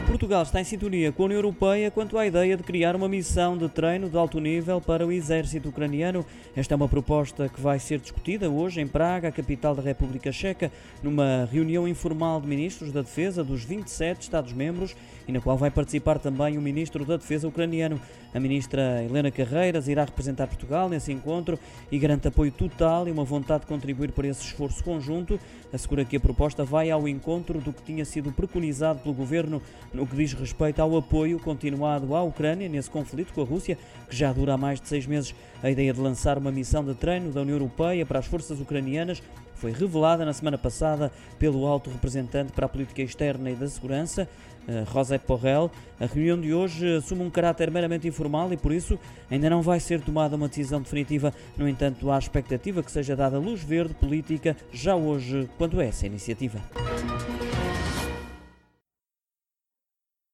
Portugal está em sintonia com a União Europeia quanto à ideia de criar uma missão de treino de alto nível para o exército ucraniano. Esta é uma proposta que vai ser discutida hoje em Praga, a capital da República Checa, numa reunião informal de ministros da Defesa dos 27 Estados-membros e na qual vai participar também o ministro da Defesa ucraniano. A ministra Helena Carreiras irá representar Portugal nesse encontro e garante apoio total e uma vontade de contribuir para esse esforço conjunto. Assegura que a proposta vai ao encontro do que tinha sido preconizado pelo governo no que diz respeito ao apoio continuado à Ucrânia nesse conflito com a Rússia, que já dura há mais de 6 meses. A ideia de lançar uma missão de treino da União Europeia para as forças ucranianas foi revelada na semana passada pelo alto representante para a política externa e da segurança, Josep Borrell. A reunião de hoje assume um caráter meramente informal e, por isso, ainda não vai ser tomada uma decisão definitiva. No entanto, há expectativa que seja dada luz verde política já hoje quanto a essa iniciativa.